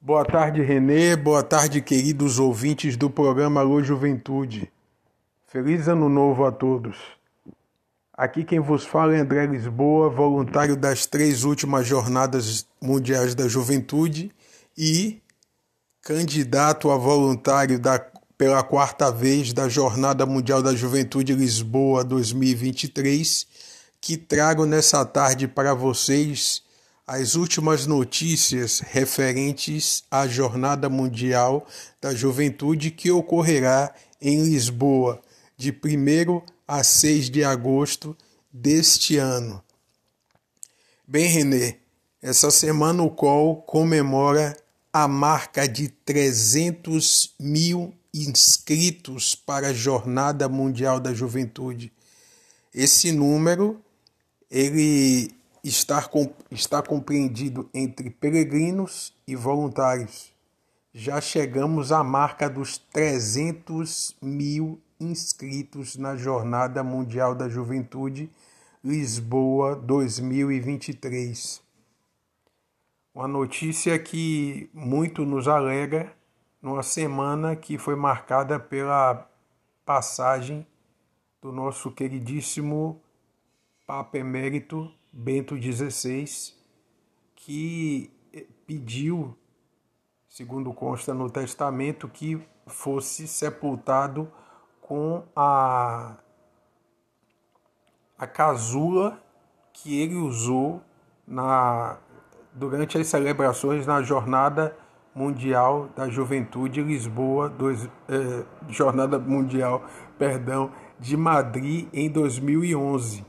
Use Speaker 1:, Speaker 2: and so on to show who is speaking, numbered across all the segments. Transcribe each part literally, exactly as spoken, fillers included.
Speaker 1: Boa tarde, Renê. Boa tarde, queridos ouvintes do programa Alô Juventude. Feliz Ano Novo a todos. Aqui quem vos fala é André Lisboa, voluntário das três últimas Jornadas Mundiais da Juventude e candidato a voluntário da, pela quarta vez da Jornada Mundial da Juventude Lisboa dois mil e vinte e três, que trago nessa tarde para vocês as últimas notícias referentes à Jornada Mundial da Juventude que ocorrerá em Lisboa, de primeiro a seis de agosto deste ano. Bem, Renê, essa semana o C O L comemora a marca de trezentos mil inscritos para a Jornada Mundial da Juventude. Esse número ele está, está compreendido entre peregrinos e voluntários. Já chegamos à marca dos trezentos mil inscritos na Jornada Mundial da Juventude Lisboa dois mil e vinte e três. Uma notícia que muito nos alegra numa semana que foi marcada pela passagem do nosso queridíssimo Papa Emérito Bento dezesseis, que pediu, segundo consta no testamento, que fosse sepultado com a, a casula que ele usou na, durante as celebrações na Jornada Mundial da Juventude Lisboa, dois, eh, Jornada Mundial, perdão, de Madrid em dois mil e onze.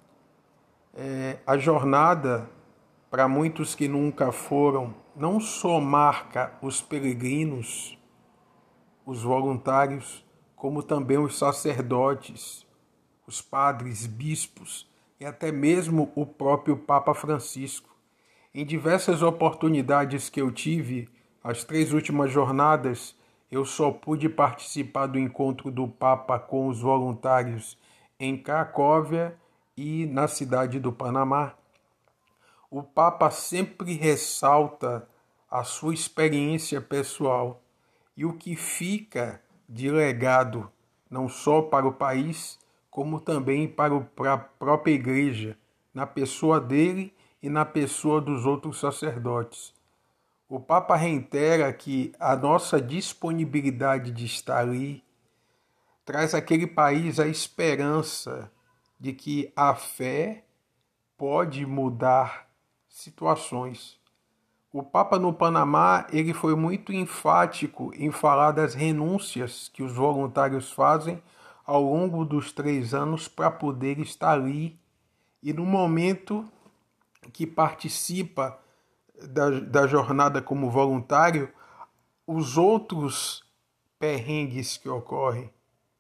Speaker 1: É, a jornada, para muitos que nunca foram, não só marca os peregrinos, os voluntários, como também os sacerdotes, os padres, bispos e até mesmo o próprio Papa Francisco. Em diversas oportunidades que eu tive, as três últimas jornadas, eu só pude participar do encontro do Papa com os voluntários em Cracóvia e na cidade do Panamá. O Papa sempre ressalta a sua experiência pessoal e o que fica de legado não só para o país, como também para, o, para a própria igreja, na pessoa dele e na pessoa dos outros sacerdotes. O Papa reitera que a nossa disponibilidade de estar ali traz àquele país a esperança de que a fé pode mudar situações. O Papa no Panamá ele foi muito enfático em falar das renúncias que os voluntários fazem ao longo dos três anos para poder estar ali. E no momento que participa da, da jornada como voluntário, os outros perrengues que ocorrem,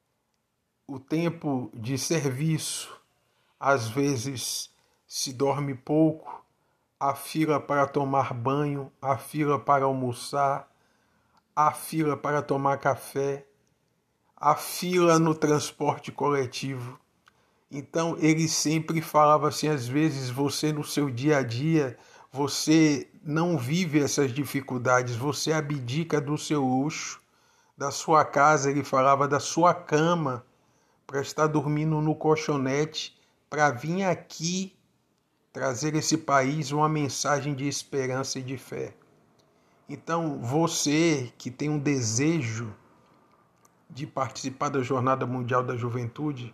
Speaker 1: o tempo de serviço, às vezes se dorme pouco, a fila para tomar banho, a fila para almoçar, a fila para tomar café, a fila no transporte coletivo. Então ele sempre falava assim, às vezes você no seu dia a dia, você não vive essas dificuldades, você abdica do seu luxo, da sua casa, ele falava da sua cama, para estar dormindo no colchonete, para vir aqui trazer esse país uma mensagem de esperança e de fé. Então, você que tem um desejo de participar da Jornada Mundial da Juventude,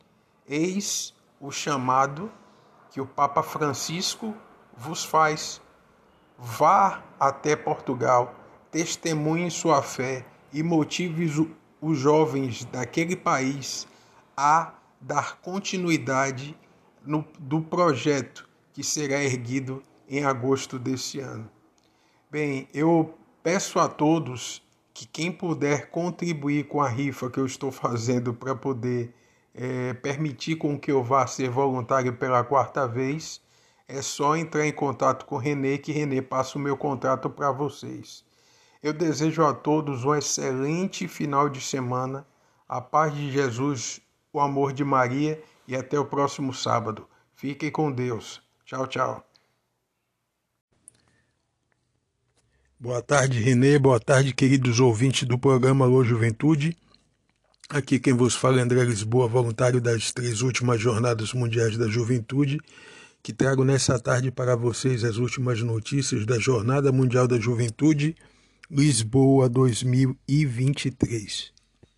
Speaker 1: eis o chamado que o Papa Francisco vos faz. Vá até Portugal, testemunhe sua fé e motive os jovens daquele país a dar continuidade no, do projeto que será erguido em agosto deste ano. Bem, eu peço a todos que quem puder contribuir com a rifa que eu estou fazendo para poder é, permitir com que eu vá ser voluntário pela quarta vez, é só entrar em contato com o Renê, que Renê passa o meu contato para vocês. Eu desejo a todos um excelente final de semana, a paz de Jesus, o amor de Maria e até o próximo sábado. Fiquem com Deus. Tchau, tchau. Boa tarde, Renê. Boa tarde, queridos ouvintes do programa Alô Juventude. Aqui quem vos fala é André Lisboa, voluntário das três últimas Jornadas Mundiais da Juventude, que trago nessa tarde para vocês as últimas notícias da Jornada Mundial da Juventude Lisboa dois mil e vinte e três.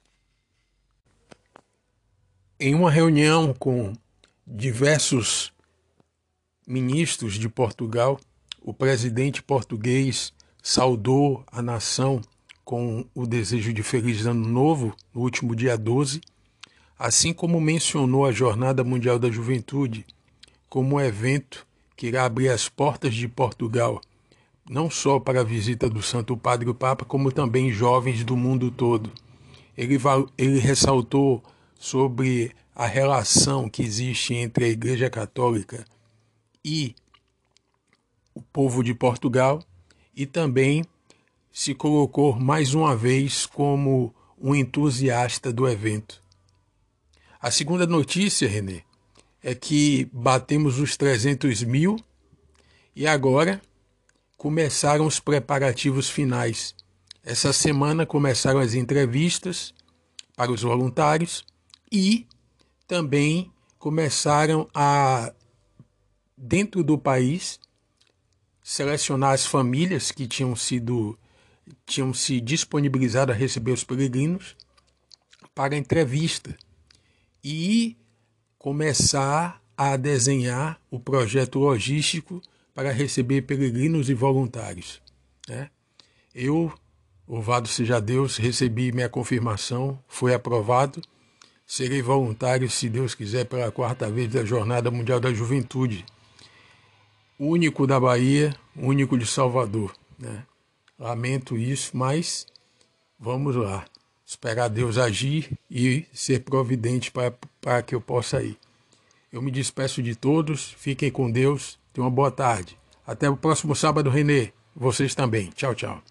Speaker 1: Em uma reunião com diversos ministros de Portugal, o presidente português saudou a nação com o desejo de Feliz Ano Novo no último dia doze, assim como mencionou a Jornada Mundial da Juventude como um evento que irá abrir as portas de Portugal, não só para a visita do Santo Padre e o Papa, como também jovens do mundo todo. Ele, ele ressaltou sobre a relação que existe entre a Igreja Católica e o povo de Portugal e também se colocou mais uma vez como um entusiasta do evento. A segunda notícia, Renê, é que batemos os trezentos mil e agora começaram os preparativos finais. Essa semana começaram as entrevistas para os voluntários e também começaram a, dentro do país, selecionar as famílias que tinham sido tinham se disponibilizado a receber os peregrinos para a entrevista e começar a desenhar o projeto logístico para receber peregrinos e voluntários, né? Eu, louvado seja Deus, recebi minha confirmação, foi aprovado, serei voluntário, se Deus quiser, pela quarta vez da Jornada Mundial da Juventude, único da Bahia, único de Salvador, né? Lamento isso, mas vamos lá. Esperar Deus agir e ser providente para, para que eu possa ir. Eu me despeço de todos. Fiquem com Deus. Tenham uma boa tarde. Até o próximo sábado, Renê. Vocês também. Tchau, tchau.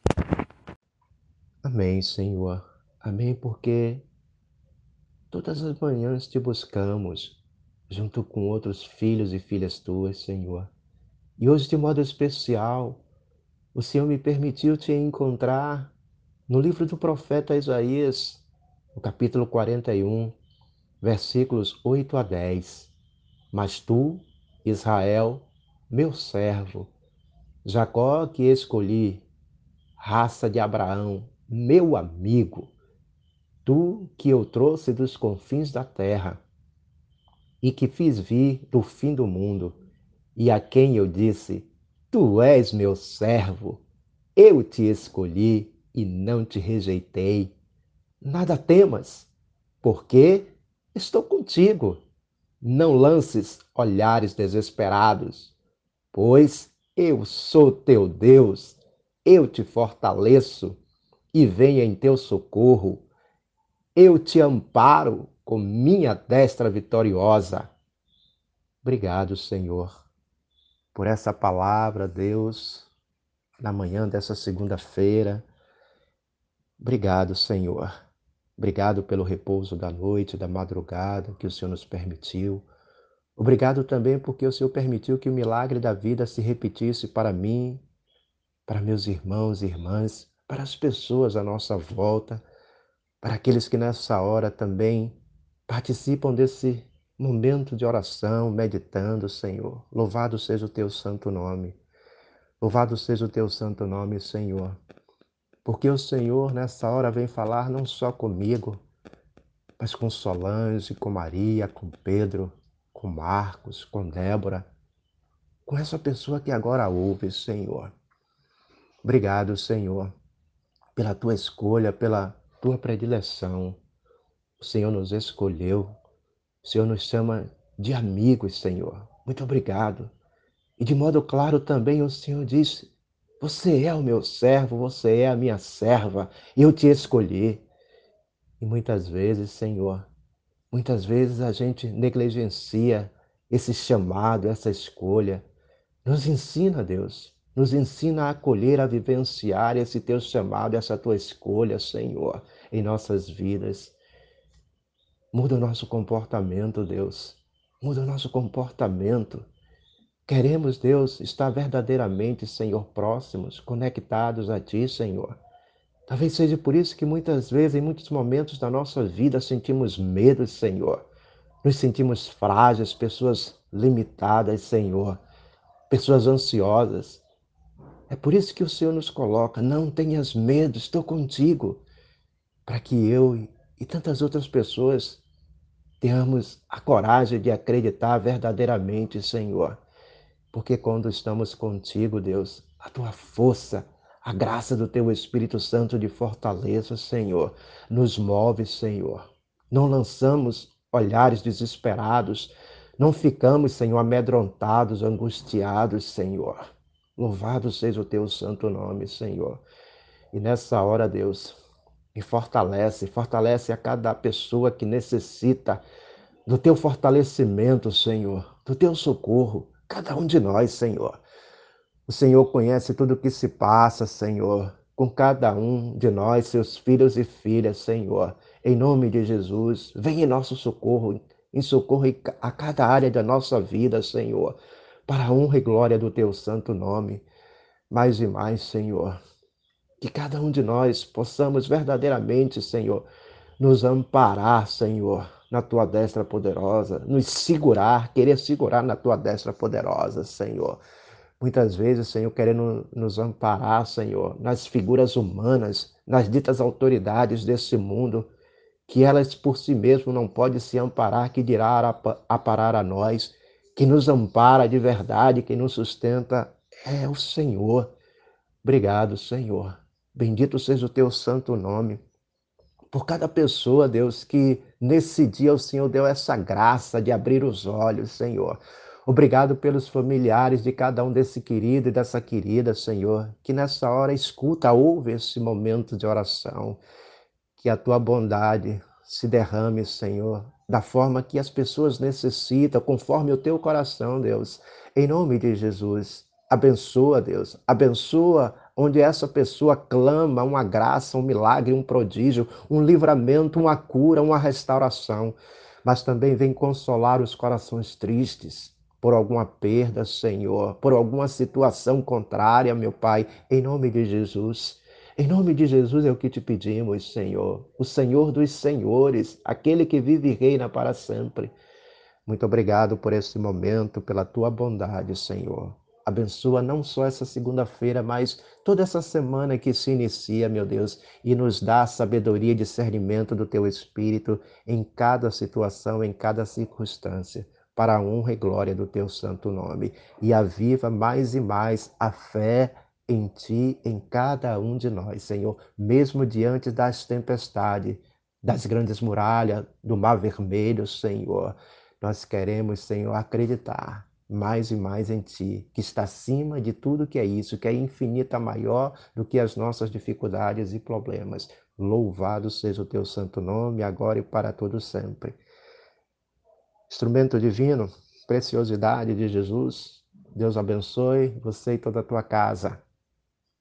Speaker 2: Amém, Senhor. Amém, porque todas as manhãs te buscamos, junto com outros filhos e filhas tuas, Senhor. E hoje, de modo especial, o Senhor me permitiu te encontrar no livro do profeta Isaías, no capítulo quarenta e um, versículos oito a dez. Mas tu, Israel, meu servo, Jacó que escolhi, raça de Abraão, meu amigo, tu que eu trouxe dos confins da terra e que fiz vir do fim do mundo, e a quem eu disse, tu és meu servo, eu te escolhi e não te rejeitei. Nada temas, porque estou contigo. Não lances olhares desesperados, pois eu sou teu Deus, eu te fortaleço e venho em teu socorro. Eu te amparo com minha destra vitoriosa. Obrigado, Senhor, por essa palavra, Deus, na manhã dessa segunda-feira. Obrigado, Senhor. Obrigado pelo repouso da noite, da madrugada que o Senhor nos permitiu. Obrigado também porque o Senhor permitiu que o milagre da vida se repetisse para mim, para meus irmãos e irmãs, para as pessoas à nossa volta, para aqueles que nessa hora também participam desse momento de oração, meditando, Senhor. Louvado seja o teu santo nome. Louvado seja o teu santo nome, Senhor. Porque o Senhor nessa hora vem falar não só comigo, mas com Solange, com Maria, com Pedro, com Marcos, com Débora, com essa pessoa que agora ouve, Senhor. Obrigado, Senhor, pela tua escolha, pela tua predileção. O Senhor nos escolheu, o Senhor nos chama de amigos, Senhor. Muito obrigado. E de modo claro também o Senhor disse, você é o meu servo, você é a minha serva, eu te escolhi. E muitas vezes, Senhor, muitas vezes a gente negligencia esse chamado, essa escolha. Nos ensina, Deus, nos ensina a acolher, a vivenciar esse teu chamado, essa tua escolha, Senhor, em nossas vidas. Muda o nosso comportamento, Deus. Muda o nosso comportamento. Queremos, Deus, estar verdadeiramente, Senhor, próximos, conectados a Ti, Senhor. Talvez seja por isso que muitas vezes, em muitos momentos da nossa vida, sentimos medo, Senhor. Nos sentimos frágeis, pessoas limitadas, Senhor, pessoas ansiosas. É por isso que o Senhor nos coloca, não tenhas medo, estou contigo, para que eu e tantas outras pessoas tenhamos a coragem de acreditar verdadeiramente, Senhor. Porque quando estamos contigo, Deus, a tua força, a graça do teu Espírito Santo de fortaleza, Senhor, nos move, Senhor. Não lançamos olhares desesperados, não ficamos, Senhor, amedrontados, angustiados, Senhor. Louvado seja o teu santo nome, Senhor. E nessa hora, Deus, me fortalece, fortalece a cada pessoa que necessita do teu fortalecimento, Senhor, do teu socorro, cada um de nós, Senhor. O Senhor conhece tudo o que se passa, Senhor, com cada um de nós, seus filhos e filhas, Senhor. Em nome de Jesus, vem em nosso socorro, em socorro a cada área da nossa vida, Senhor, para a honra e glória do teu santo nome. Mais e mais, Senhor, que cada um de nós possamos verdadeiramente, Senhor, nos amparar, Senhor, na tua destra poderosa, nos segurar, querer segurar na tua destra poderosa, Senhor. Muitas vezes, Senhor, querendo nos amparar, Senhor, nas figuras humanas, nas ditas autoridades desse mundo, que elas por si mesmas não podem se amparar, que dirá aparar a nós, que nos ampara de verdade, que nos sustenta, é o Senhor. Obrigado, Senhor. Bendito seja o teu santo nome. Por cada pessoa, Deus, que nesse dia o Senhor deu essa graça de abrir os olhos, Senhor. Obrigado pelos familiares de cada um desse querido e dessa querida, Senhor, que nessa hora escuta, ouve esse momento de oração. Que a tua bondade se derrame, Senhor, da forma que as pessoas necessitam, conforme o teu coração, Deus. Em nome de Jesus, abençoa, Deus, abençoa onde essa pessoa clama uma graça, um milagre, um prodígio, um livramento, uma cura, uma restauração. Mas também vem consolar os corações tristes por alguma perda, Senhor, por alguma situação contrária, meu Pai, em nome de Jesus. Em nome de Jesus é o que te pedimos, Senhor, o Senhor dos senhores, aquele que vive e reina para sempre. Muito obrigado por esse momento, pela tua bondade, Senhor. Abençoa não só essa segunda-feira, mas toda essa semana que se inicia, meu Deus, e nos dá sabedoria e discernimento do teu Espírito em cada situação, em cada circunstância, para a honra e glória do teu santo nome. E aviva mais e mais a fé em ti, em cada um de nós, Senhor, mesmo diante das tempestades, das grandes muralhas, do Mar Vermelho, Senhor. Nós queremos, Senhor, acreditar mais e mais em Ti, que está acima de tudo que é isso, que é infinita maior do que as nossas dificuldades e problemas. Louvado seja o Teu santo nome, agora e para todo sempre. Instrumento divino, preciosidade de Jesus, Deus abençoe você e toda a tua casa.